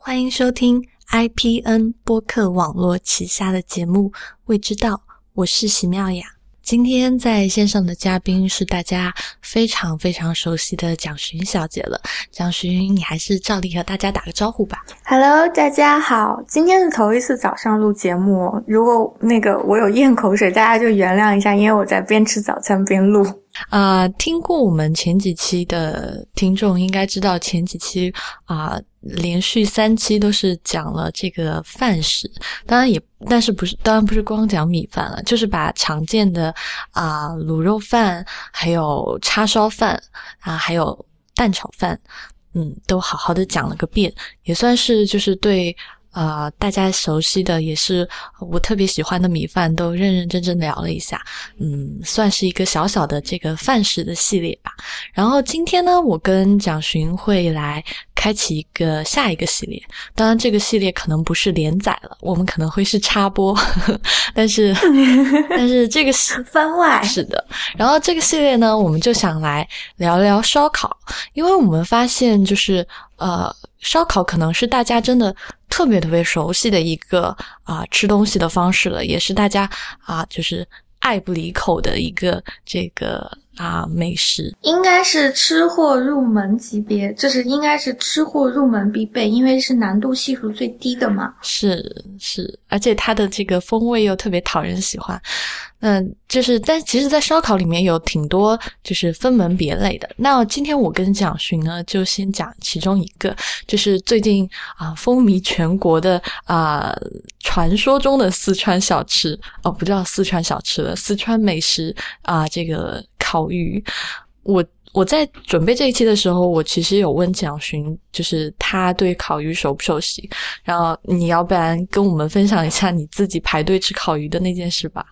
欢迎收听 IPN 播客网络旗下的节目《未知道》，我是席妙雅。今天在线上的嘉宾是大家非常非常熟悉的蒋勋小姐了。蒋勋，你还是照例和大家打个招呼吧。 Hello， 大家好，今天是头一次早上录节目，如果我有咽口水，大家就原谅一下，因为我在边吃早餐边录。 听过我们前几期的听众应该知道，前几期连续3期都是讲了这个饭食，当然不是光讲米饭了，就是把常见的卤肉饭，还有叉烧饭还有蛋炒饭，都好好的讲了个遍，也算是就是对大家熟悉的，也是我特别喜欢的米饭都认认真真聊了一下，算是一个小小的这个饭食的系列吧。然后今天呢，我跟蒋勋会来开启下一个系列，当然这个系列可能不是连载了，我们可能会是插播但是这个番外是的。然后这个系列呢，我们就想来聊聊烧烤，因为我们发现就是烧烤可能是大家真的特别特别熟悉的一个吃东西的方式了，也是大家就是爱不离口的一个这个美食， 应该是吃货入门级别，就是应该是吃货入门必备，因为是难度系数最低的嘛。 是，而且它的这个风味又特别讨人喜欢。但其实在烧烤里面有挺多就是分门别类的。那今天我跟蒋勋呢，就先讲其中一个，就是最近风靡全国的传说中的四川小吃，不叫四川小吃了，四川美食这个烤鱼。我在准备这一期的时候，我其实有问蒋勋，就是他对烤鱼熟不熟悉，然后你要不然跟我们分享一下你自己排队吃烤鱼的那件事吧。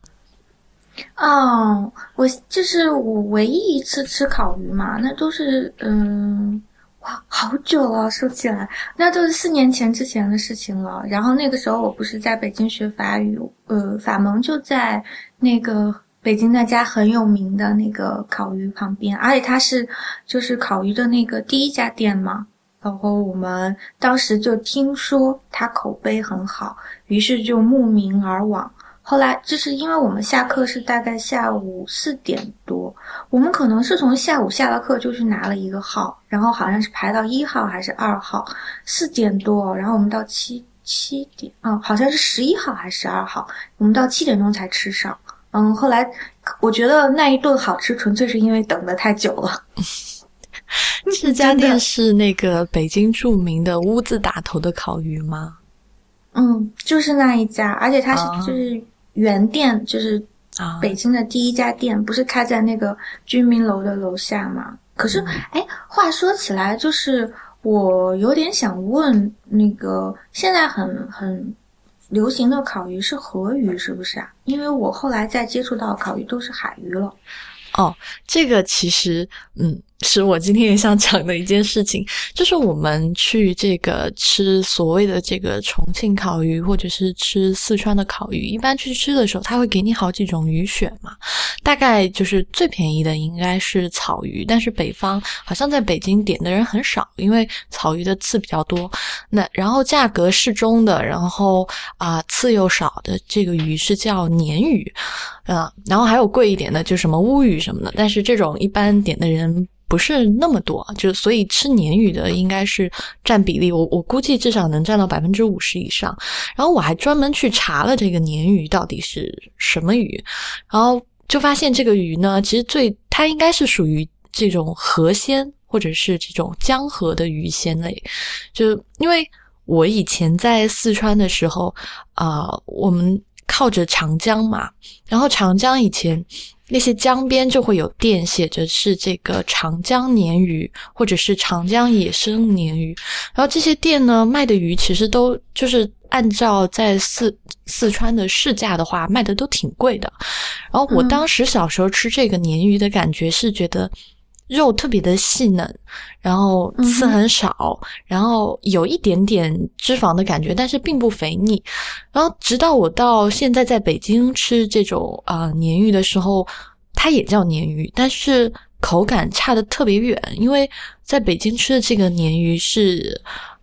我唯一一次吃烤鱼嘛，那都是好久了，说起来那都是4年前之前的事情了。然后那个时候我不是在北京学法语，法盟就在那个北京那家很有名的那个烤鱼旁边，而且它是就是烤鱼的那个第一家店嘛。然后我们当时就听说它口碑很好，于是就慕名而往。后来就是因为我们下课是大概下午4点多，我们可能是从下午下了课就去拿了一个号，然后好像是排到1号还是2号，4点多，然后我们到7点，好像是11号还是12号，我们到7点钟才吃上。后来我觉得那一顿好吃纯粹是因为等得太久了。 这家店是那个北京著名的屋字打头的烤鱼吗？ 就是那一家，而且它是就是原店，就是北京的第一家店，不是开在那个居民楼的楼下吗？可是话说起来，就是我有点想问，那个现在很流行的烤鱼是河鱼是不是啊？因为我后来再接触到烤鱼都是海鱼了。 这个其实是我今天也想讲的一件事情，就是我们去这个吃所谓的这个重庆烤鱼，或者是吃四川的烤鱼，一般去吃的时候他会给你好几种鱼选嘛，大概就是最便宜的应该是草鱼，但是北方好像在北京点的人很少，因为草鱼的刺比较多。然后价格适中的，然后刺又少的这个鱼是叫鲶鱼，然后还有贵一点的，就什么乌鱼什么的，但是这种一般点的人不是那么多，就所以吃鲶鱼的应该是占比例，我估计至少能占到50%以上。然后我还专门去查了这个鲶鱼到底是什么鱼，然后就发现这个鱼呢，其实它应该是属于这种河鲜或者是这种江河的鱼鲜类。就因为我以前在四川的时候我们靠着长江嘛，然后长江以前那些江边就会有店写着是这个长江鲶鱼或者是长江野生鲶鱼，然后这些店呢卖的鱼其实都就是按照在四川的市价的话卖的都挺贵的。然后我当时小时候吃这个鲶鱼的感觉是觉得肉特别的细嫩，然后刺很少，然后有一点点脂肪的感觉，但是并不肥腻。然后直到我到现在在北京吃这种鲶鱼的时候，它也叫鲶鱼，但是口感差得特别远，因为在北京吃的这个鲶鱼是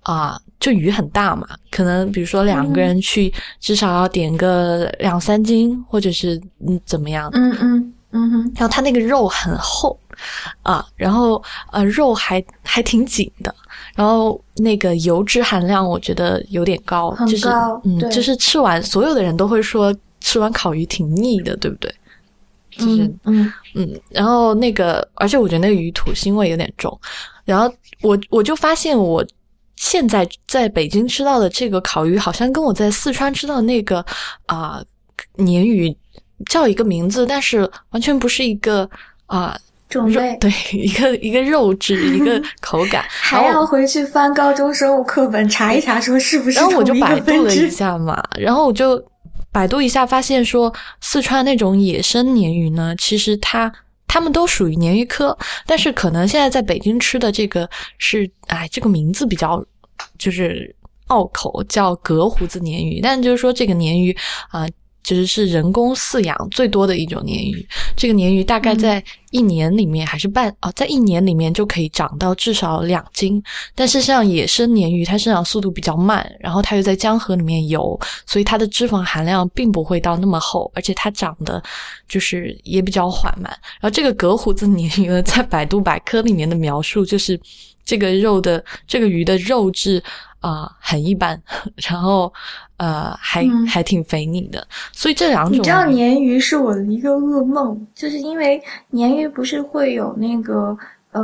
就鱼很大嘛，可能比如说2个人去，至少要点个2-3斤，或者是怎么样。然后它那个肉很厚然后肉还挺紧的，然后那个油脂含量我觉得有点高， 很高， 就是吃完所有的人都会说吃完烤鱼挺腻的，对不对？就是然后那个，而且我觉得那个鱼土腥味有点重，然后我就发现我现在在北京吃到的这个烤鱼好像跟我在四川吃到的那个鲶鱼叫一个名字，但是完全不是一个种类， 对，一个肉质一个口感还要回去翻高中生物课本查一查说是不是同一个分支。 然后我就百度了一下嘛，然后我就百度一下发现说四川那种野生鲶鱼呢，其实它们都属于鲶鱼科，但是可能现在在北京吃的这个是这个名字比较就是拗口，叫革胡子鲶鱼，但就是说这个鲶鱼就是人工饲养最多的一种鲶鱼。这个鲶鱼大概在1年里面还是在1年里面就可以长到至少2斤。但是像野生鲶鱼，它生长速度比较慢，然后它又在江河里面游，所以它的脂肪含量并不会到那么厚，而且它长得就是也比较缓慢。然后这个革胡子鲶鱼呢，在百度百科里面的描述就是这个鱼的肉质很一般，然后还挺肥腻的，所以这2种你知道鲶鱼是我的一个噩梦，就是因为鲶鱼不是会有那个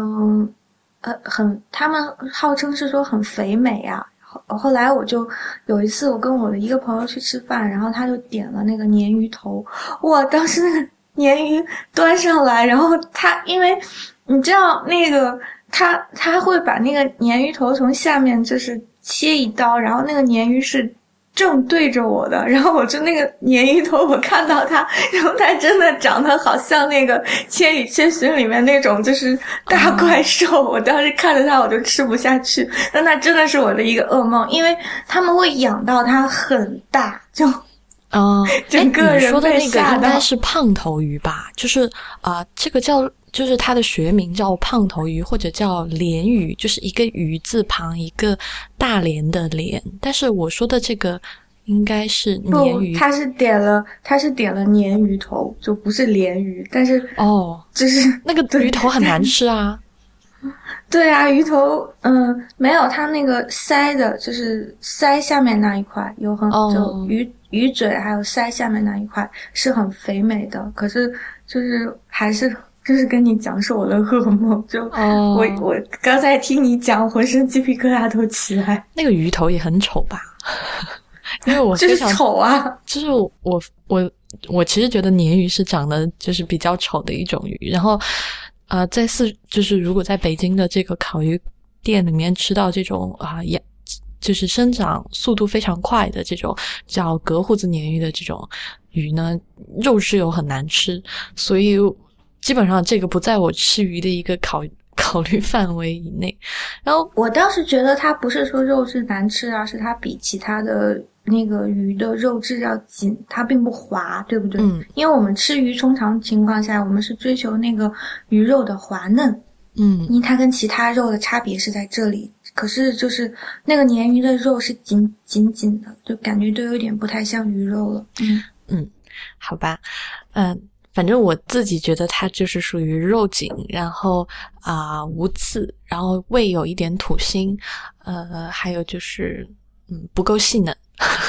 他们号称是说很肥美啊。后来我就有一次我跟我的一个朋友去吃饭，然后他就点了那个鲶鱼头，哇，当时那个鲶鱼端上来，然后因为你知道那个他会把那个鲶鱼头从下面就是切一刀，然后那个鲶鱼是正对着我的，然后我就那个鲶鱼头我看到它，然后它真的长得好像那个《千与千寻》里面那种就是大怪兽，我当时看着它我就吃不下去，但它真的是我的一个噩梦，因为他们会养到它很大，就整个人被吓到。 你说的那个应该是胖头鱼吧？就是这个就是它的学名叫胖头鱼，或者叫鲢鱼，就是一个鱼字旁一个大连的连。但是我说的这个应该是鲶鱼。 不，他是点了鲶鱼头，就不是鲢鱼。但是就是那个鱼头很难吃啊。 对啊，鱼头没有它那个鳃的，就是鳃下面那一块有就鱼嘴还有鳃下面那一块是很肥美的，可是就是还是。就是跟你讲是我的噩梦，就我刚才听你讲，浑身鸡皮疙瘩都起来。 那个鱼头也很丑吧？因为我就是丑啊， 就是我其实觉得鲶鱼是长得就是比较丑的一种鱼，然后就是如果在北京的这个烤鱼店里面吃到这种就是生长速度非常快的这种叫革胡子鲶鱼的这种鱼呢，肉质又很难吃，所以基本上这个不在我吃鱼的一个考虑范围以内。然后我倒是觉得它不是说肉质难吃啊，是它比其他的那个鱼的肉质要紧，它并不滑，对不对？因为我们吃鱼通常情况下我们是追求那个鱼肉的滑嫩，因为它跟其他肉的差别是在这里。可是就是那个鲶鱼的肉是紧的，就感觉都有点不太像鱼肉了。 好吧，反正我自己觉得它就是属于肉紧，然后无刺，然后味有一点土腥，还有就是不够细嫩。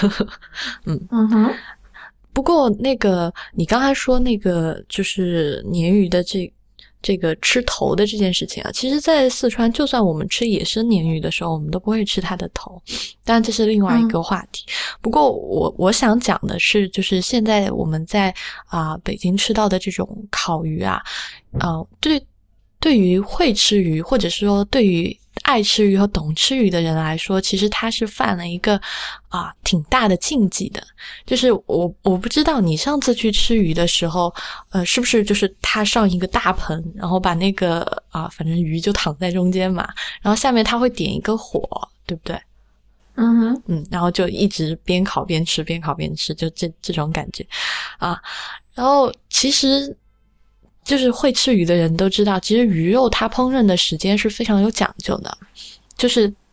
不过那个你刚才说那个就是鲶鱼的这个吃头的这件事情啊，其实在四川就算我们吃野生鲶鱼的时候，我们都不会吃它的头，当然这是另外一个话题。不过我想讲的是，就是现在我们在北京吃到的这种烤鱼对于会吃鱼，或者是说对于爱吃鱼和懂吃鱼的人来说，其实他是犯了一个挺大的禁忌的。就是我不知道你上次去吃鱼的时候是不是就是他上一个大盆，然后把那个反正鱼就躺在中间嘛，然后下面他会点一个火，对不对？然后就一直边烤边吃，边烤边吃，就这种感觉然后其实就是会吃鱼的人都知道，其实鱼肉它烹饪的时间是非常有讲究的，就是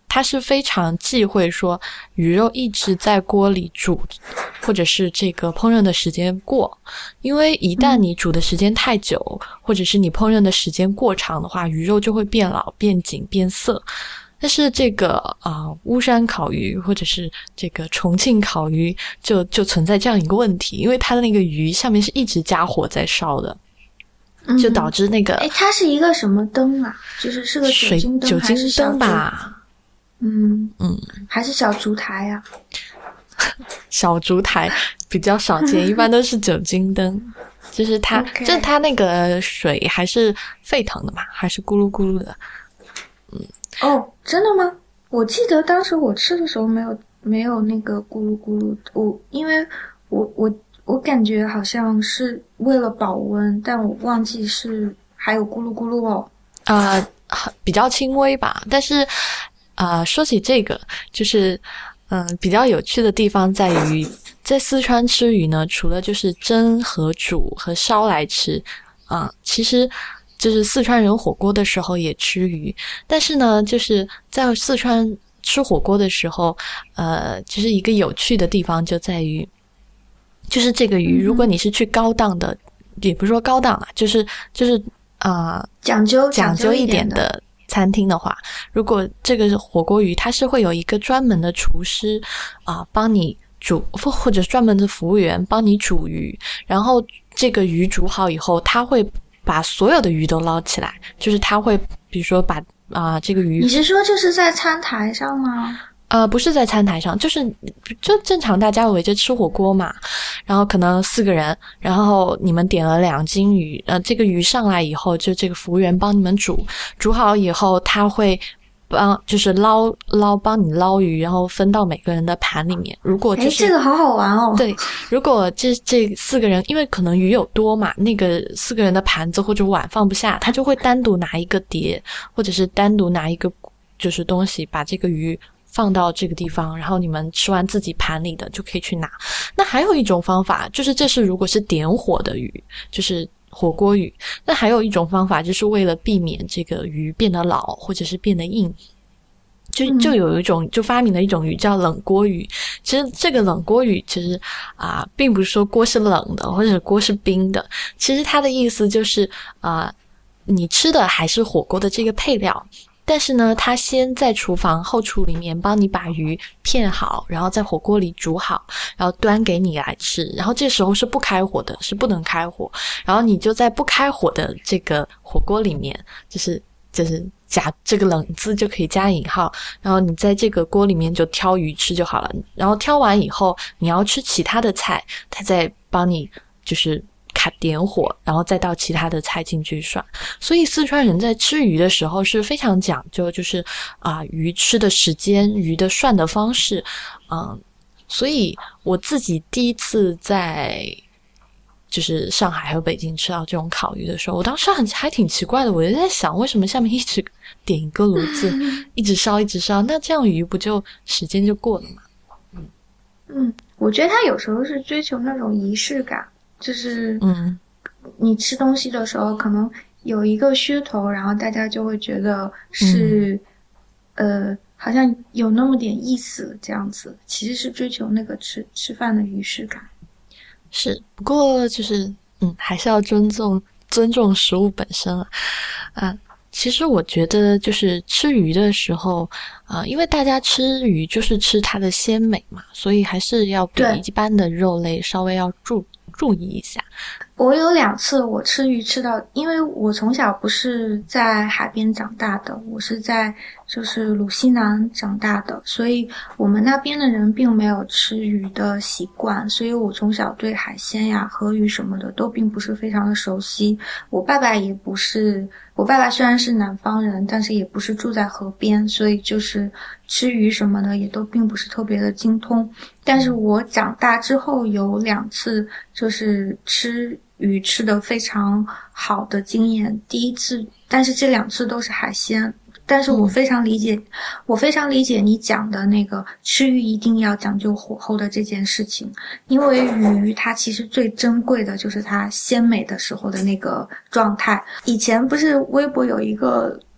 它是非常忌讳说鱼肉一直在锅里煮，或者是这个烹饪的时间过，因为一旦你煮的时间太久，或者是你烹饪的时间过长的话，鱼肉就会变老、变紧、变色。但是这个巫山烤鱼或者是这个重庆烤鱼就存在这样一个问题，因为它的那个鱼下面是一直加火在烧的，就导致那个它是一个什么灯啊？是个酒精灯还是小灯吧？ 还是小烛台啊？ 小烛台比较少见，一般都是酒精灯。就是它就是它那个水还是沸腾的嘛，还是咕噜咕噜的。 真的吗？我记得当时我吃的时候没有那个咕噜咕噜，因为我感觉好像是为了保温，但我忘记是还有咕噜咕噜哦。 比较轻微吧，但是说起这个，就是比较有趣的地方在于，在四川吃鱼呢，除了就是蒸和煮和烧来吃其实就是四川人火锅的时候也吃鱼，但是呢，就是在四川吃火锅的时候，就是一个有趣的地方就在于，就是这个鱼，如果你是去高档的，也不是说高档啦，就是讲究一点的餐厅的话，如果这个火锅鱼，它是会有一个专门的厨师帮你煮，或者专门的服务员帮你煮鱼，然后这个鱼煮好以后，他会把所有的鱼都捞起来，就是他会比如说把这个鱼， 你是说就是在餐台上吗？ 不是在餐台上，就正常大家围着吃火锅嘛，然后可能4个人，然后你们点了2斤鱼，这个鱼上来以后，就这个服务员帮你们煮好以后，他会就是帮你捞鱼，然后分到每个人的盘里面。如果就是这个好好玩哦。 对，如果这4个人，因为可能鱼有多嘛，那个4个人的盘子或者碗放不下，他就会单独拿一个碟，或者是单独拿一个就是东西，把这个鱼放到这个地方，然后你们吃完自己盘里的就可以去拿。那还有一种方法，就是这是如果是点火的鱼，就是火锅鱼。那还有一种方法，就是为了避免这个鱼变得老或者是变得硬，就有一种就发明了一种鱼叫冷锅鱼。其实这个冷锅鱼其实并不是说锅是冷的或者锅是冰的，其实它的意思就是你吃的还是火锅的这个配料，但是呢，他先在厨房后厨里面帮你把鱼片好，然后在火锅里煮好，然后端给你来吃。然后这时候是不开火的，是不能开火。然后你就在不开火的这个火锅里面，就是加这个冷字就可以加引号，然后你在这个锅里面就挑鱼吃就好了。然后挑完以后，你要吃其他的菜，他再帮你就是点火，然后再倒其他的菜进去涮。所以四川人在吃鱼的时候是非常讲究，就是鱼吃的时间，鱼的涮的方式。所以我自己第一次在就是上海和北京吃到这种烤鱼的时候，我当时还挺奇怪的，我就在想为什么下面一直点一个炉子一直烧，那这样鱼不就时间就过了吗？ 我觉得他有时候是追求那种仪式感，就是你吃东西的时候可能有一个噱头，然后大家就会觉得是好像有那么点意思这样子，其实是追求那个吃饭的仪式感。 是，不过就是还是要尊重食物本身其实我觉得就是吃鱼的时候因为大家吃鱼就是吃它的鲜美嘛，所以还是要比一般的肉类稍微要注意一下。 我有2次我吃鱼吃到，因为我从小不是在海边长大的，我是在就是鲁西南长大的，所以我们那边的人并没有吃鱼的习惯，所以我从小对海鲜呀、河鱼什么的都并不是非常的熟悉。我爸爸虽然是南方人，但是也不是住在河边，所以就是吃鱼什么的也都并不是特别的精通。但是我长大之后有2次就是吃鱼吃得非常好的经验。第一次，但是这2次都是海鲜。但是我非常理解你讲的那个吃鱼一定要讲究火候的这件事情，因为鱼它其实最珍贵的就是它鲜美的时候的那个状态。以前不是微博有一个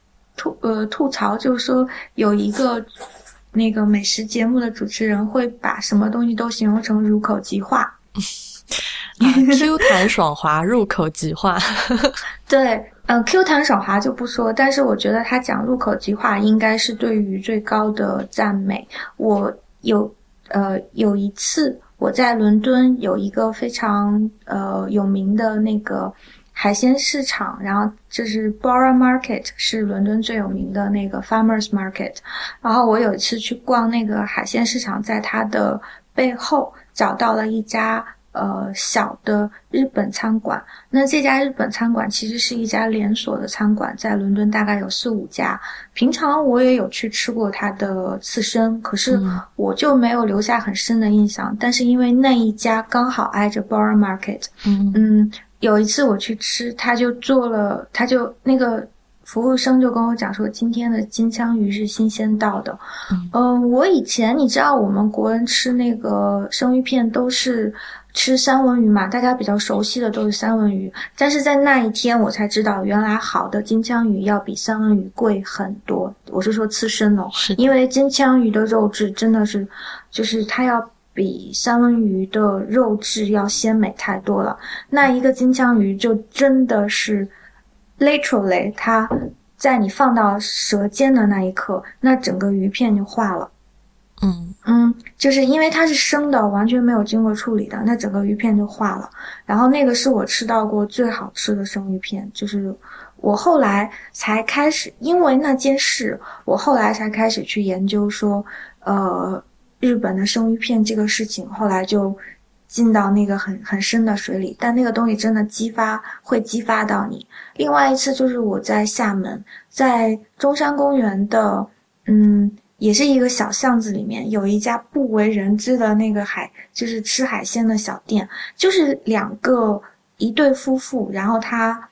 吐槽，就是说有一个那个美食节目的主持人会把什么东西都形容成入口即化。 Q 弹爽滑，入口即化。 对，Q 弹爽滑就不说，但是我觉得他讲入口即化应该是对于最高的赞美。我有一次我在伦敦有一个非常有名的那个海鲜市场，然后就是 Borough Market 是伦敦最有名的那个 Farmers Market， 然后我有一次去逛那个海鲜市场，在它的背后找到了一家小的日本餐馆。那这家日本餐馆其实是一家连锁的餐馆，在伦敦大概有4-5家。平常我也有去吃过它的刺身，可是我就没有留下很深的印象。但是因为那一家刚好挨着 Borough Market， 有一次我去吃，他就那个服务生就跟我讲说，今天的金枪鱼是新鲜到的。我以前你知道我们国人吃那个生鱼片都是吃三文鱼嘛，大家比较熟悉的都是三文鱼，但是在那一天我才知道，原来好的金枪鱼要比三文鱼贵很多。我是说刺身哦，因为金枪鱼的肉质真的是，就是它要比三文鱼的肉质要鲜美太多了。那一个金枪鱼就真的是 literally 它在你放到舌尖的那一刻，那整个鱼片就化了。就是因为它是生的，完全没有经过处理的，那整个鱼片就化了。然后那个是我吃到过最好吃的生鱼片，就是我后来才开始，因为那件事，我后来才开始去研究说，日本的生鱼片这个事情，后来就进到那个很深的水里，但那个东西真的会激发到你。另外一次就是我在厦门，在中山公园的也是一个小巷子里面，有一家不为人知的那个就是吃海鲜的小店，就是一对夫妇，然后他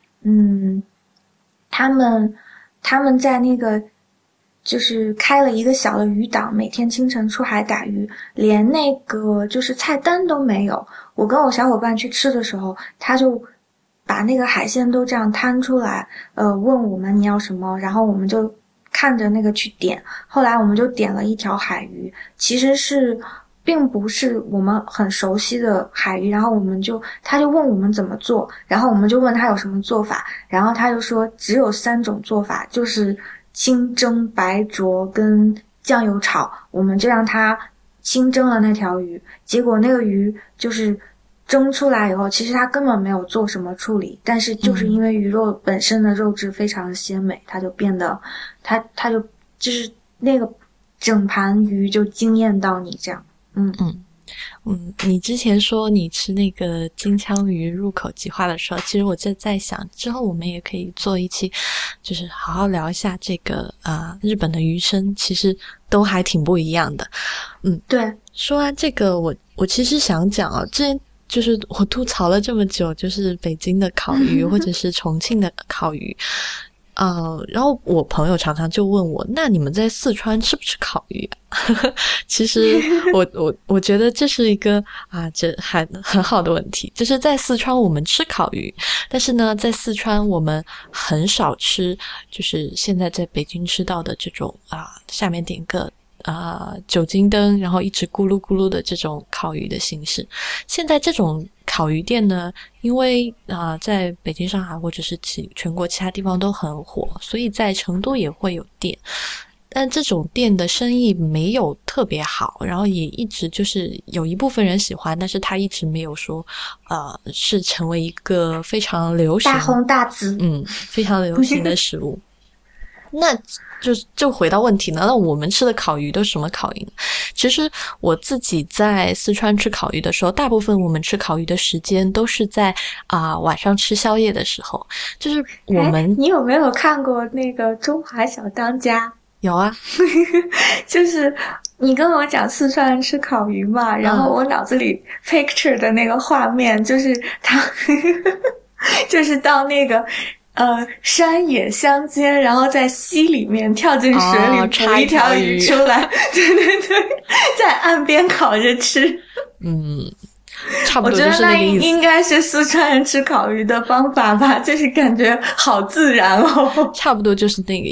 们在那个就是开了一个小的鱼档，每天清晨出海打鱼，连那个就是菜单都没有。我跟我小伙伴去吃的时候，他就把那个海鲜都这样摊出来，问我们你要什么，然后我们就看着那个去点。后来我们就点了一条海鱼，其实并不是我们很熟悉的海鱼，然后他就问我们怎么做，然后我们就问他有什么做法，然后他就说只有3种做法，就是清蒸、白灼跟酱油炒。我们就让他清蒸了那条鱼，结果那个鱼就是蒸出来以后，其实它根本没有做什么处理，但是就是因为鱼肉本身的肉质非常的鲜美，它就变得它就是那个整盘鱼就惊艳到你这样。 你之前说你吃那个金枪鱼入口即化的时候，其实我就在想，之后我们也可以做一期，就是好好聊一下这个日本的鱼生，其实都还挺不一样的。 对。 说完这个，我其实想讲之前就是我吐槽了这么久，就是北京的烤鱼或者是重庆的烤鱼。然后我朋友常常就问我，那你们在四川吃不吃烤鱼啊？其实我觉得这是一个这很好的问题。就是在四川我们吃烤鱼，但是呢在四川我们很少吃就是现在在北京吃到的这种下面点个酒精灯然后一直咕噜咕噜的这种烤鱼的形式。现在这种烤鱼店呢，因为在北京、上海或者是全国其他地方都很火，所以在成都也会有店，但这种店的生意没有特别好，然后也一直就是有一部分人喜欢，但是它一直没有说是成为一个非常流行大红大紫非常流行的食物。那就回到问题呢，那我们吃的烤鱼都是什么烤鱼呢？其实我自己在四川吃烤鱼的时候，大部分我们吃烤鱼的时间都是在晚上吃宵夜的时候。就是我们你有没有看过那个《中华小当家》？ 有啊。 就是你跟我讲四川人吃烤鱼嘛，然后我脑子里 picture 的那个画面就是他就是到那个山野相间，然后在溪里面跳进水里捕一条鱼出来，对对对，在岸边烤着吃。 差不多就是那个意思。 我觉得那应该是四川人吃烤鱼的方法吧，就是感觉好自然哦。 差不多就是那个意思。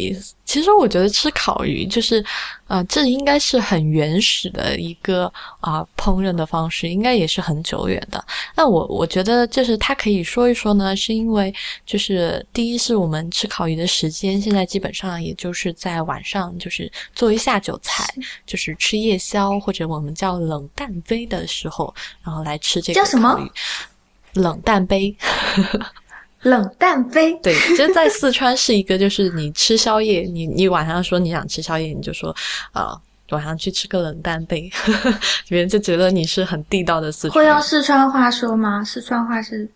其实我觉得吃烤鱼就是这应该是很原始的一个烹饪的方式，应该也是很久远的。那我觉得就是它可以说一说呢，是因为就是第一是我们吃烤鱼的时间现在基本上也就是在晚上，就是作为下酒菜，就是吃夜宵或者我们叫冷淡杯的时候，然后来吃这个烤鱼。 叫什么？ 冷淡杯。 冷淡杯。 对，这在四川是一个就是你吃宵夜，你晚上说你想吃宵夜，你就说晚上去吃个冷淡杯，别人就觉得你是很地道的四川人。 会用四川话说吗？四川话是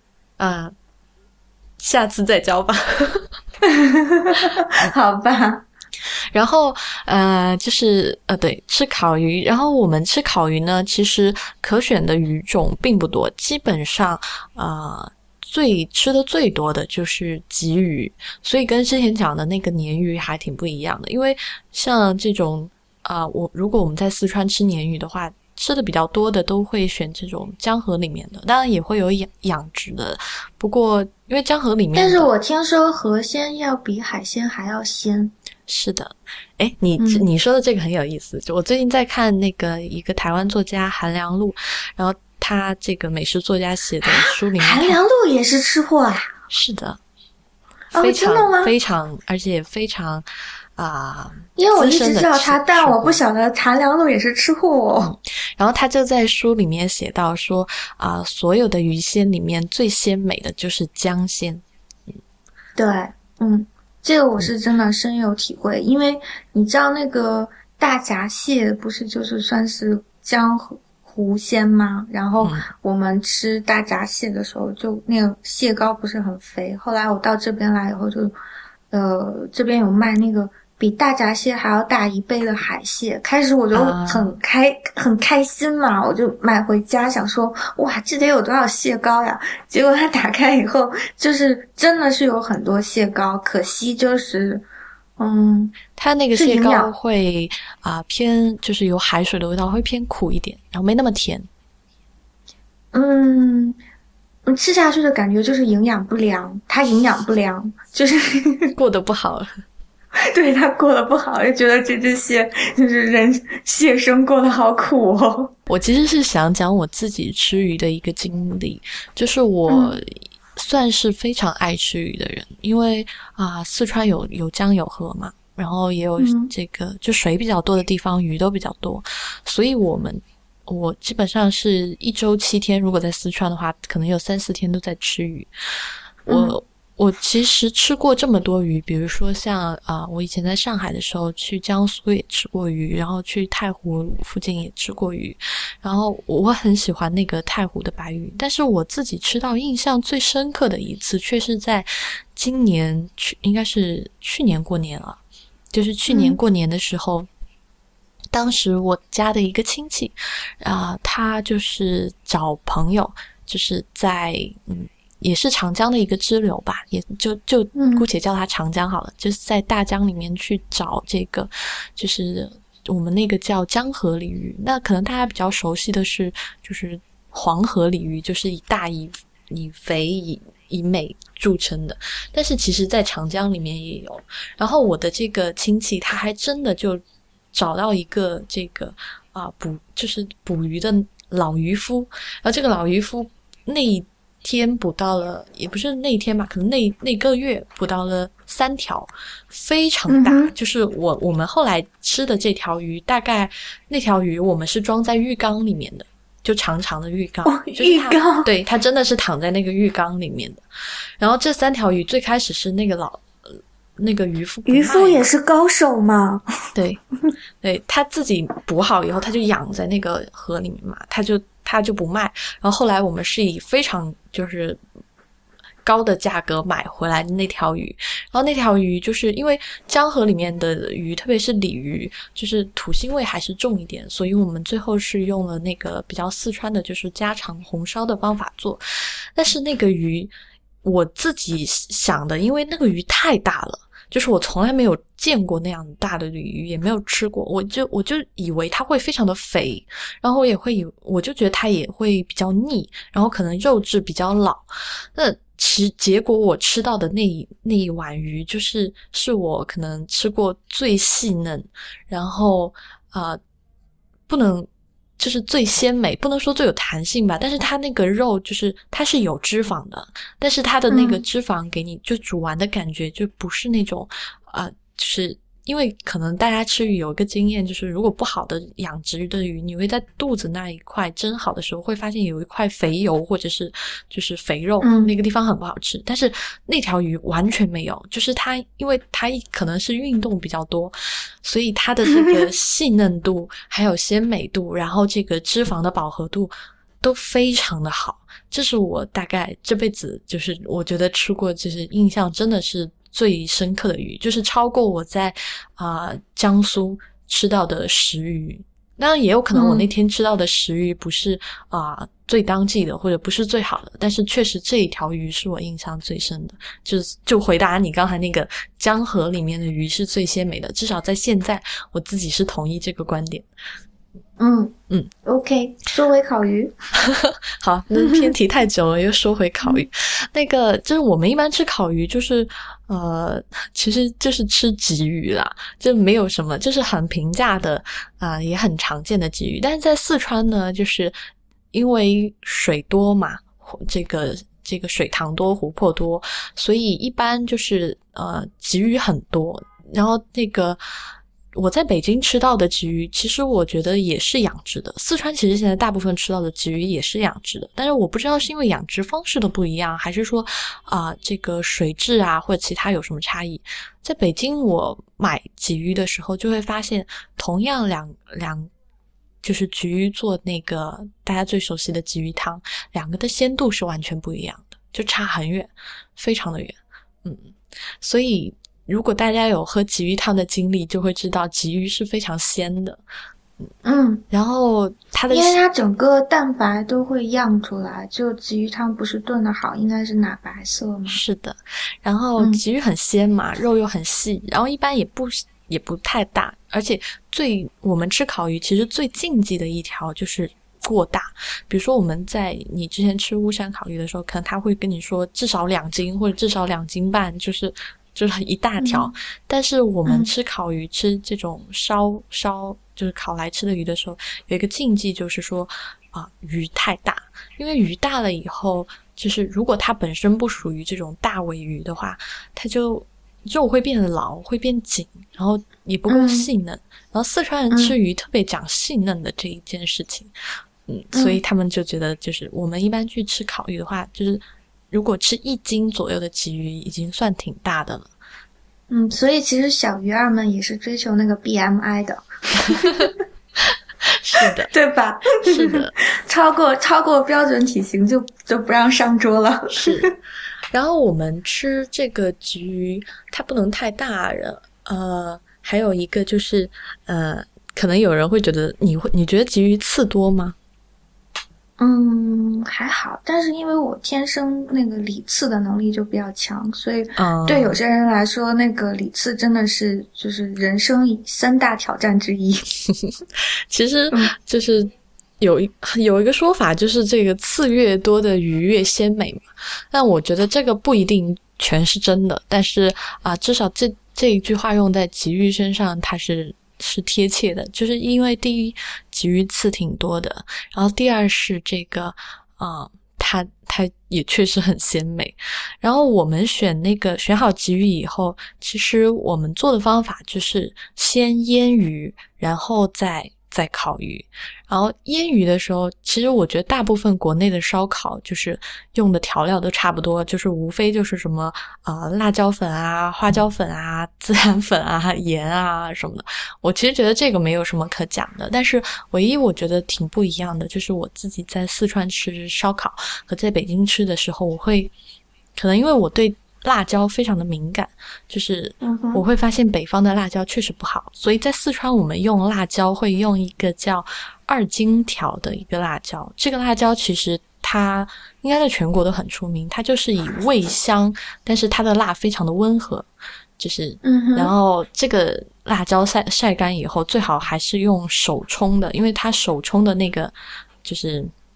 下次再教吧。 好吧。 然后就是对，吃烤鱼。然后我们吃烤鱼呢，其实可选的鱼种并不多，基本上吃的最多的就是鲫鱼，所以跟之前讲的那个鲶鱼还挺不一样的。因为像这种如果我们在四川吃鲶鱼的话，吃的比较多的都会选这种江河里面的，当然也会有养殖的，不过因为江河里面的， 但是我听说河鲜要比海鲜还要鲜。 是的。诶，你说的这个很有意思，就我最近在看那个一个台湾作家韩良露，然后他这个美食作家写的书里面， 韩良露也是吃货啊。 是的。 真的吗？ 非常而且非常因为我一直知道他，但我不晓得韩良露也是吃货哦。 然后他就在书里面写到说所有的鱼鲜里面最鲜美的就是江鲜。 对，这个我是真的深有体会，因为你知道那个大闸蟹不是就是算是江湖鲜吗？然后我们吃大闸蟹的时候，就那个蟹膏不是很肥。后来我到这边来以后就，这边有卖那个比大闸蟹还要大1倍的海蟹。开始我就很开心嘛，我就买回家想说，哇，这得有多少蟹膏呀？结果它打开以后，就是真的是有很多蟹膏，可惜就是它那个蟹膏会偏就是有海水的味道，会偏苦一点，然后没那么甜。 吃下去的感觉就是营养不良，它营养不良，就是过得不好。 对，它过得不好，就觉得这只蟹就是蟹生过得好苦哦。 我其实是想讲我自己吃鱼的一个经历，就是我算是非常爱吃鱼的人，因为四川有江有河嘛，然后也有这个就水比较多的地方鱼都比较多，所以我基本上是1周7天，如果在四川的话，可能有3-4天都在吃鱼。我其实吃过这么多鱼，比如说像我以前在上海的时候去江苏也吃过鱼，然后去太湖附近也吃过鱼，然后我很喜欢那个太湖的白鱼。但是我自己吃到印象最深刻的一次却是在今年应该是去年过年了，就是去年过年的时候，当时我家的一个亲戚他就是找朋友，就是在也是长江的一个支流吧，也就姑且叫它长江好了，就是在大江里面去找这个，就是我们那个叫江河鲤鱼。那可能大家比较熟悉的是就是黄河鲤鱼，就是以大以肥以美著称的，但是其实在长江里面也有。然后我的这个亲戚他还真的就找到一个这个就是捕鱼的老渔夫，然后这个老渔夫那一天捕到了，也不是那一天吧，可能那个月捕到了3条，非常大。就是我们后来吃的这条鱼，大概那条鱼我们是装在浴缸里面的，就长长的浴缸。 浴缸。 对，它真的是躺在那个浴缸里面的。然后这3条鱼最开始是那个渔夫也是高手嘛。 对，他自己捕好以后，他就养在那个河里面嘛，他就不卖。然后后来我们是以非常就是高的价格买回来的那条鱼，然后那条鱼就是因为江河里面的鱼，特别是鲤鱼，就是土腥味还是重一点，所以我们最后是用了那个比较四川的就是家常红烧的方法做。但是那个鱼我自己想的，因为那个鱼太大了，就是我从来没有见过那样大的鲤鱼，也没有吃过，我就以为它会非常的肥，然后我就觉得它也会比较腻，然后可能肉质比较老。那结果我吃到的那一碗鱼是我可能吃过最细嫩，然后不能就是最鲜美，不能说最有弹性吧，但是它那个肉就是它是有脂肪的，但是它的那个脂肪给你就煮完的感觉就不是那种就是因为可能大家吃鱼有一个经验，就是如果不好的养殖鱼的鱼，你会在肚子那一块蒸好的时候会发现有一块肥油或者是就是肥肉，那个地方很不好吃，但是那条鱼完全没有，就是它因为它可能是运动比较多，所以它的这个细嫩度还有鲜美度，然后这个脂肪的饱和度都非常的好，这是我大概这辈子就是我觉得吃过就是印象真的是最深刻的鱼，就是超过我在江苏吃到的石鱼。当然也有可能我那天吃到的石鱼不是最当季的或者不是最好的，但是确实这一条鱼是我印象最深的，就回答你刚才那个江河里面的鱼是最鲜美的，至少在现在我自己是同意这个观点。 OK， 说回烤鱼。 好，那偏题太久了，又说回烤鱼。那个就是我们一般吃烤鱼，就是其实就是吃鲫鱼啦，就没有什么，就是很平价的也很常见的鲫鱼。但是在四川呢，就是因为水多嘛，这个水塘多，湖泊多，所以一般就是鲫鱼很多。然后那个我在北京吃到的鲫鱼，其实我觉得也是养殖的。四川其实现在大部分吃到的鲫鱼也是养殖的，但是我不知道是因为养殖方式的不一样，还是说这个水质啊或者其他有什么差异。在北京我买鲫鱼的时候就会发现，同样两就是鲫鱼做那个大家最熟悉的鲫鱼汤，两个的鲜度是完全不一样的，就差很远，非常的远。所以如果大家有喝鲫鱼汤的经历，就会知道鲫鱼是非常鲜的。然后它的， 因为它整个蛋白都会漾出来，就鲫鱼汤不是炖的好，应该是奶白色嘛。 是的，然后鲫鱼很鲜嘛，肉又很细，然后一般也不太大，而且我们吃烤鱼其实最禁忌的一条就是过大。比如说你之前吃巫山烤鱼的时候，可能他会跟你说至少2斤或者至少2斤半，就是一大条。但是我们吃烤鱼，吃这种烧就是烤来吃的鱼的时候，有一个禁忌就是说鱼太大，因为鱼大了以后，就是如果它本身不属于这种大尾鱼的话，它就肉会变老，会变紧，然后也不够细嫩。然后四川人吃鱼特别讲细嫩的这一件事情，所以他们就觉得就是我们一般去吃烤鱼的话，就是如果吃1斤左右的鲫鱼已经算挺大的了。 所以其实小鱼儿们也是追求那个 BMI 的。 是的， 对吧？ 是的， 超过标准体型就不让上桌了。 是。然后我们吃这个鲫鱼，它不能太大了。还有一个就是可能有人会觉得你觉得鲫鱼刺多吗？ 还好，但是因为我天生那个理刺的能力就比较强，所以对有些人来说，那个理刺真的是就是人生3大挑战之一。 其实就是有一个说法，就是这个刺越多的鱼越鲜美嘛。但我觉得这个不一定全是真的，但是至少这一句话用在鲫鱼身上，它是贴切的。就是因为第一，鲫鱼刺挺多的，然后第二是这个它也确实很鲜美。然后我们选好鲫鱼以后，其实我们做的方法就是先腌鱼，然后再烤鱼。然后腌鱼的时候，其实我觉得大部分国内的烧烤就是用的调料都差不多，就是无非就是什么辣椒粉啊、花椒粉啊、孜然粉啊、盐啊什么的。我其实觉得这个没有什么可讲的，但是唯一我觉得挺不一样的，就是我自己在四川吃烧烤和在北京吃的时候，可能因为我对辣椒非常的敏感，就是我会发现北方的辣椒确实不好，所以在四川我们用辣椒会用一个叫2荆条的一个辣椒。这个辣椒其实它应该在全国都很出名，它就是以味香，但是它的辣非常的温和，就是然后这个辣椒晒干以后，最好还是用手冲的，因为它手冲的那个就是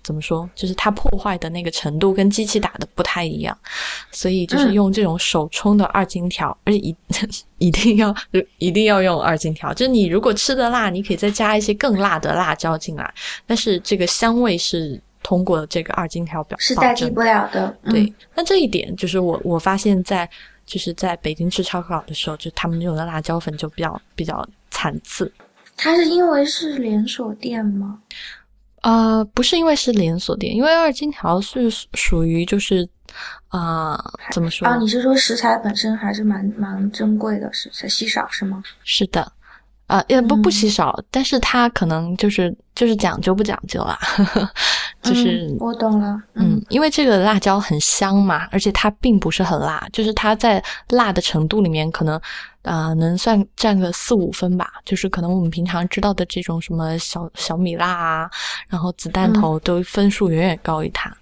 怎么说，就是它破坏的那个程度跟机器打的不太一样，所以就是用这种手冲的2荆条，而且一定要用2荆条。就是你如果吃的辣，你可以再加一些更辣的辣椒进来，但是这个香味是通过这个2荆条是代替不了的。 对，那这一点就是我发现就是在北京吃烧烤的时候，就他们用的辣椒粉就比较残次。 它是因为是连锁店吗？ 不是因为是连锁店，因为2荆条是属于就是怎么说？ 你是说食材本身还是蛮珍贵的，食材稀少是吗？ 是的。也不稀少，但是它可能就是讲究不讲究啦，就是我懂了。 因为这个辣椒很香嘛，而且它并不是很辣，就是它在辣的程度里面可能能占个4-5分吧，就是可能我们平常知道的这种什么小米辣啊，然后子弹头都分数远远高于它。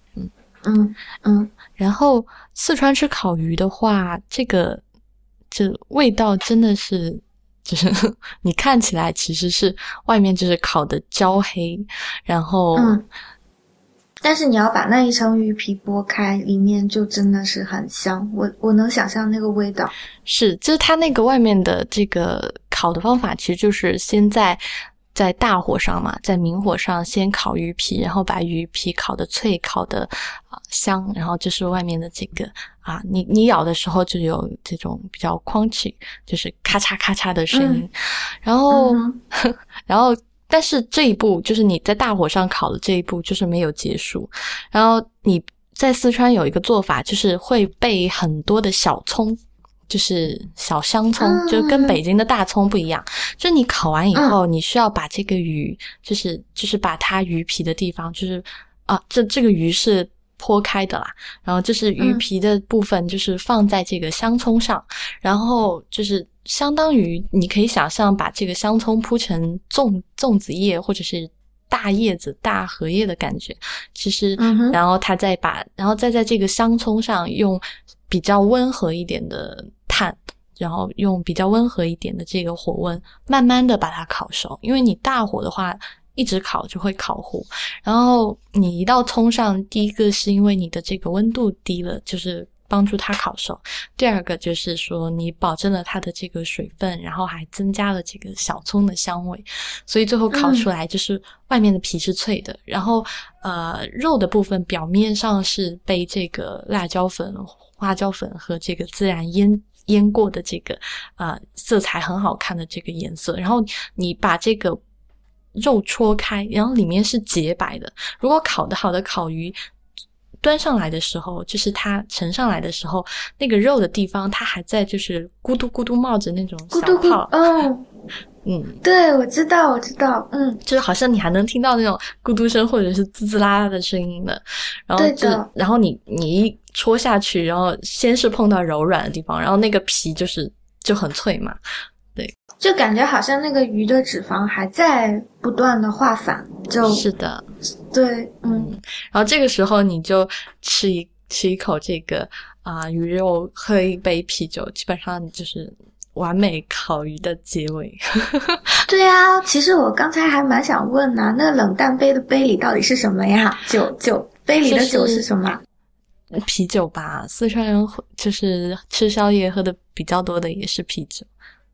然后四川吃烤鱼的话，这味道真的是就是你看起来其实是外面就是烤的焦黑，然后但是你要把那一层鱼皮剥开，里面就真的是很香，我能想象那个味道。 是，就是它那个外面的这个烤的方法其实就是先在大火上嘛，在明火上先烤鱼皮，然后把鱼皮烤的脆，烤的香，然后就是外面的这个你咬的时候就有这种比较crunchy，就是咔嚓咔嚓的声音。然后但是这一步就是你在大火上烤的这一步就是没有结束。然后你在四川有一个做法，就是会备很多的小葱，就是小香葱，就跟北京的大葱不一样。就你烤完以后，你需要把这个鱼，就是把它鱼皮的地方，就是这个鱼是剖开的啦，然后就是鱼皮的部分就是放在这个香葱上，然后就是相当于你可以想象把这个香葱铺成粽子叶或者是大叶子大荷叶的感觉，其实然后再在这个香葱上用比较温和一点的炭，然后用比较温和一点的这个火温慢慢的把它烤熟，因为你大火的话一直烤就会烤糊。然后你一到葱上，第一个是因为你的这个温度低了，就是帮助它烤熟，第二个就是说你保证了它的这个水分，然后还增加了这个小葱的香味，所以最后烤出来就是外面的皮是脆的，然后肉的部分表面上是被这个辣椒粉花椒粉和这个孜然腌过的这个色彩很好看的这个颜色，然后你把这个肉戳开，然后里面是洁白的。如果烤得好的烤鱼端上来的时候，就是它盛上来的时候，那个肉的地方它还在就是咕嘟咕嘟冒着那种小泡。 对，我知道。 就是好像你还能听到那种咕嘟声或者是滋滋啦啦的声音的。然后然后你一戳下去，然后先是碰到柔软的地方，然后那个皮就很脆嘛。对， 就感觉好像那个鱼的脂肪还在不断的化反， 是的， 对， 然后这个时候你就吃一口这个鱼肉，喝一杯啤酒，基本上就是完美烤鱼的结尾。 对啊，其实我刚才还蛮想问那冷淡杯的杯里到底是什么呀？酒杯里的酒是什么？ 啤酒吧，四川人就是吃宵夜喝的比较多的也是啤酒。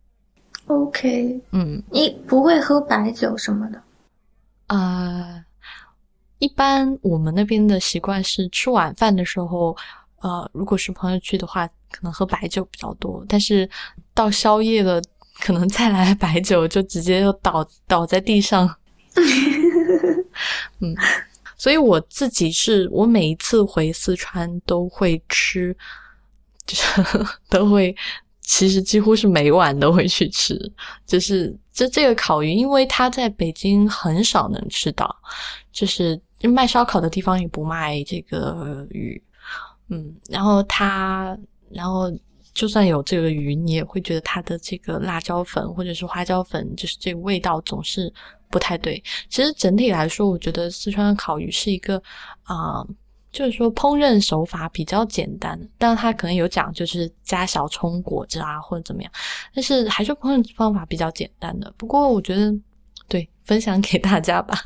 OK， 你不会喝白酒什么的？ 一般我们那边的习惯是吃晚饭的时候，如果是朋友去的话，可能喝白酒比较多。但是到宵夜了，可能再来白酒就直接就倒在地上。所以我自己我每一次回四川都会吃，就是都会。其实几乎是每晚都会去吃，就是这个烤鱼，因为它在北京很少能吃到，就是卖烧烤的地方也不卖这个鱼，然后就算有这个鱼，你也会觉得它的这个辣椒粉或者是花椒粉，就是这个味道总是不太对。其实整体来说，我觉得四川的烤鱼是一个就是说烹饪手法比较简单，但它可能有讲就是加小葱果子或者怎么样，但是还是烹饪方法比较简单的。不过我觉得对，分享给大家吧。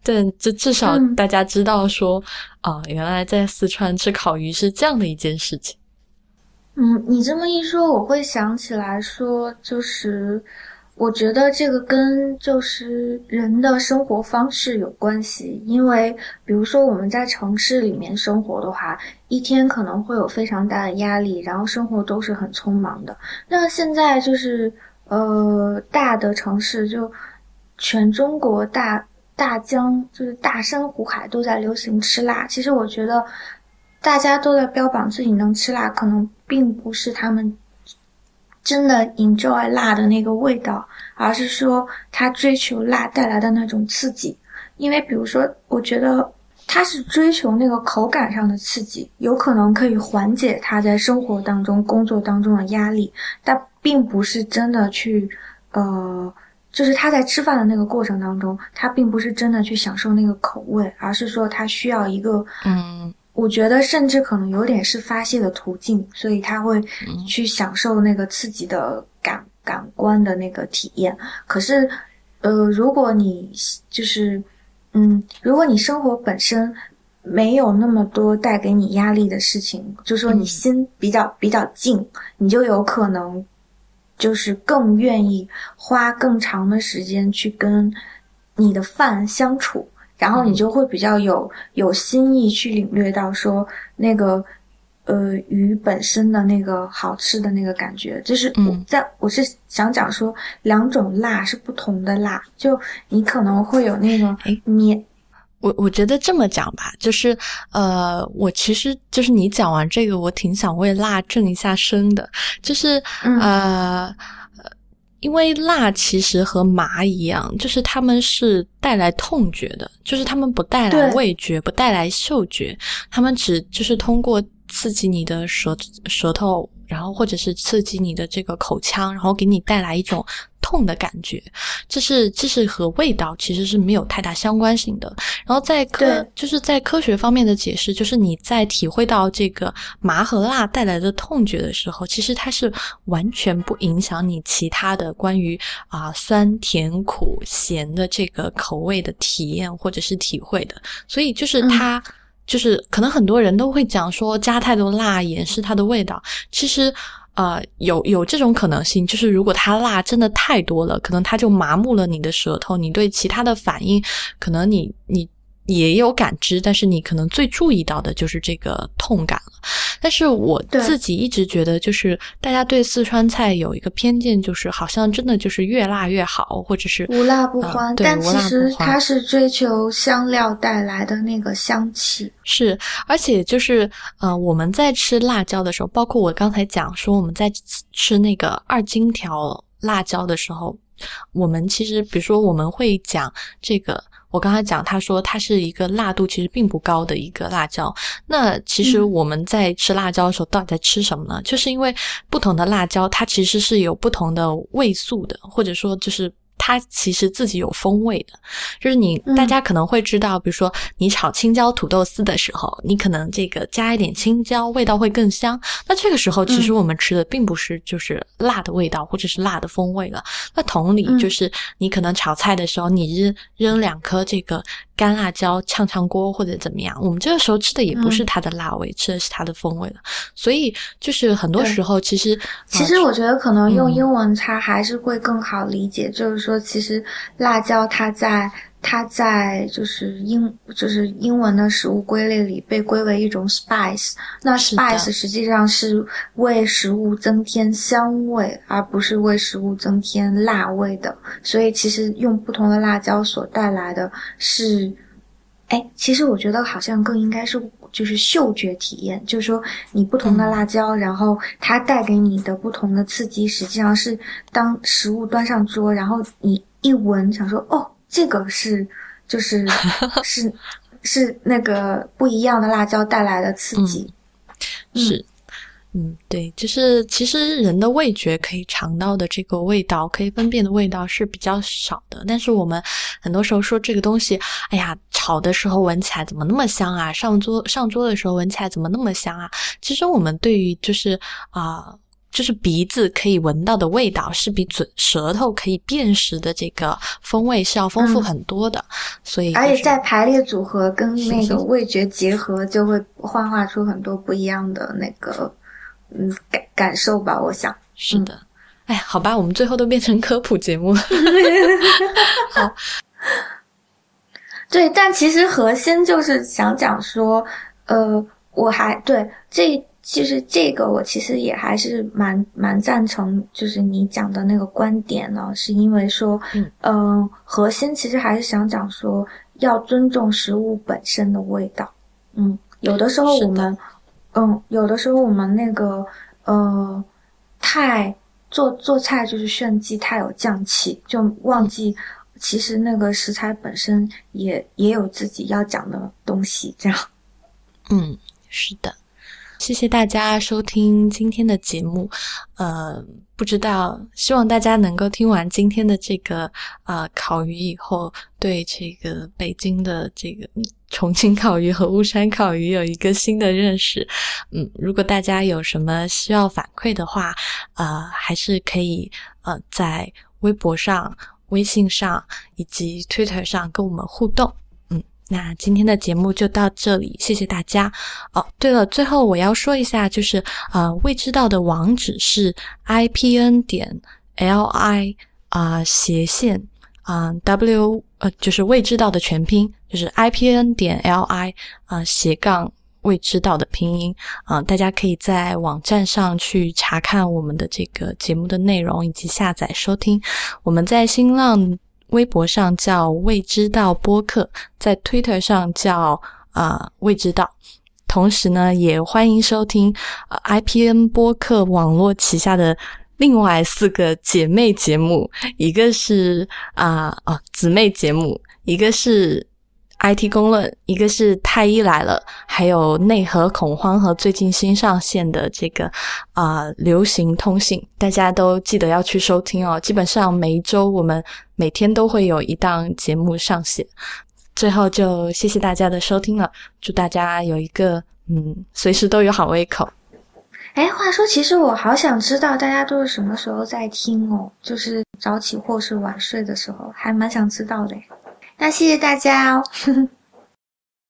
对，就至少大家知道说，原来在四川吃烤鱼是这样的一件事情。 你这么一说，我会想起来说，就是我觉得这个跟就是人的生活方式有关系。因为比如说我们在城市里面生活的话，一天可能会有非常大的压力，然后生活都是很匆忙的。那现在就是大的城市，就全中国大江就是大山湖海都在流行吃辣。其实我觉得大家都在标榜自己能吃辣，可能并不是他们真的 enjoy 辣的那个味道，而是说他追求辣带来的那种刺激。因为比如说我觉得他是追求那个口感上的刺激，有可能可以缓解他在生活当中工作当中的压力，但并不是真的去就是他在吃饭的那个过程当中，他并不是真的去享受那个口味，而是说他需要一个我觉得甚至可能有点是发泄的途径，所以他会去享受那个刺激的感官的那个体验。可是如果你就是如果你生活本身没有那么多带给你压力的事情，就说你心比较静，你就有可能就是更愿意花更长的时间去跟你的饭相处，然后你就会比较有心意去领略到说那个鱼本身的那个好吃的那个感觉。就是我是想讲说两种辣是不同的辣，就你可能会有那个我觉得这么讲吧，就是我其实就是你讲完这个，我挺想为辣正一下声的，就是因为辣其实和麻一样，就是它们是带来痛觉的，就是它们不带来味觉，不带来嗅觉，它们只就是通过刺激你的舌头，然后或者是刺激你的这个口腔，然后给你带来一种痛的感觉。这是和味道其实是没有太大相关性的。然后就是在科学方面的解释，就是你在体会到这个麻和辣带来的痛觉的时候，其实它是完全不影响你其他的关于酸甜苦咸的这个口味的体验或者是体会的。所以就是它就是可能很多人都会讲说加太多辣掩饰它的味道，其实有这种可能性，就是如果它辣真的太多了，可能它就麻木了你的舌头，你对其他的反应可能你也有感知，但是你可能最注意到的就是这个痛感了。但是我自己一直觉得，就是大家对四川菜有一个偏见，就是好像真的就是越辣越好，或者是无辣不欢，但其实它是追求香料带来的那个香气。 是，而且就是我们在吃辣椒的时候，包括我刚才讲说我们在吃那个2荆条辣椒的时候，我们其实比如说我们会讲这个，我刚才讲他说它是一个辣度其实并不高的一个辣椒，那其实我们在吃辣椒的时候到底在吃什么呢？就是因为不同的辣椒它其实是有不同的味素的，或者说就是它其实自己有风味的。就是大家可能会知道，比如说你炒青椒土豆丝的时候，你可能这个加一点青椒，味道会更香。那这个时候其实我们吃的并不是就是辣的味道或者是辣的风味了。那同理就是你可能炒菜的时候，你扔2颗这个干辣椒炝锅或者怎么样，我们这个时候吃的也不是它的辣味，吃的是它的风味了。所以就是很多时候其实我觉得可能用英文它还是会更好理解，就是说其实辣椒它在就是英文的食物归类里被归为一种 spice， 那 spice 实际上是为食物增添香味，而不是为食物增添辣味的。所以其实用不同的辣椒所带来的是其实我觉得好像更应该是就是嗅觉体验，就是说你不同的辣椒，然后它带给你的不同的刺激，实际上是当食物端上桌，然后你一闻想说这个是那个不一样的辣椒带来的刺激。 是对，就是其实人的味觉可以尝到的这个味道，可以分辨的味道是比较少的。但是我们很多时候说这个东西，哎呀，炒的时候闻起来怎么那么香啊，上桌的时候闻起来怎么那么香啊。其实我们对于就是就是鼻子可以闻到的味道是比舌头可以辨识的这个风味是要丰富很多的，所以而且在排列组合跟那个味觉结合，就会幻化出很多不一样的那个感受吧，我想。 是的。哎，好吧，我们最后都变成科普节目了。好。 对，但其实核心就是想讲说，我还对其实这个我其实也还是蛮赞成，就是你讲的那个观点呢，是因为说，核心其实还是想讲说，要尊重食物本身的味道。有的时候我们那个太做菜就是炫技，太有匠气，就忘记其实那个食材本身也有自己要讲的东西，这样。 是的。谢谢大家收听今天的节目，不知道，希望大家能够听完今天的这个烤鱼以后，对这个北京的这个重庆烤鱼和巫山烤鱼有一个新的认识。如果大家有什么需要反馈的话，还是可以在微博上、微信上以及 Twitter 上跟我们互动。那今天的节目就到这里，谢谢大家。对了，最后我要说一下，就是未知道的网址是 IPN.LI /W 就是未知道的全拼，就是 IPN.LI 未知道的拼音。大家可以在网站上去查看我们的这个节目的内容以及下载收听。我们在新浪微博上叫未知道播客，在 Twitter 上叫未知道。同时呢，也欢迎收听IPN 播客网络旗下的另外4个姐妹节目，一个是姊妹节目，一个是IT 公论，一个是太医来了，还有内核恐慌和最近新上线的这个流行通信，大家都记得要去收听哦。基本上每一周我们每天都会有一档节目上线。最后就谢谢大家的收听了，祝大家有一个随时都有好胃口。 话说其实我好想知道大家都是什么时候在听哦，就是早起或是晚睡的时候，还蛮想知道的。那谢谢大家哦。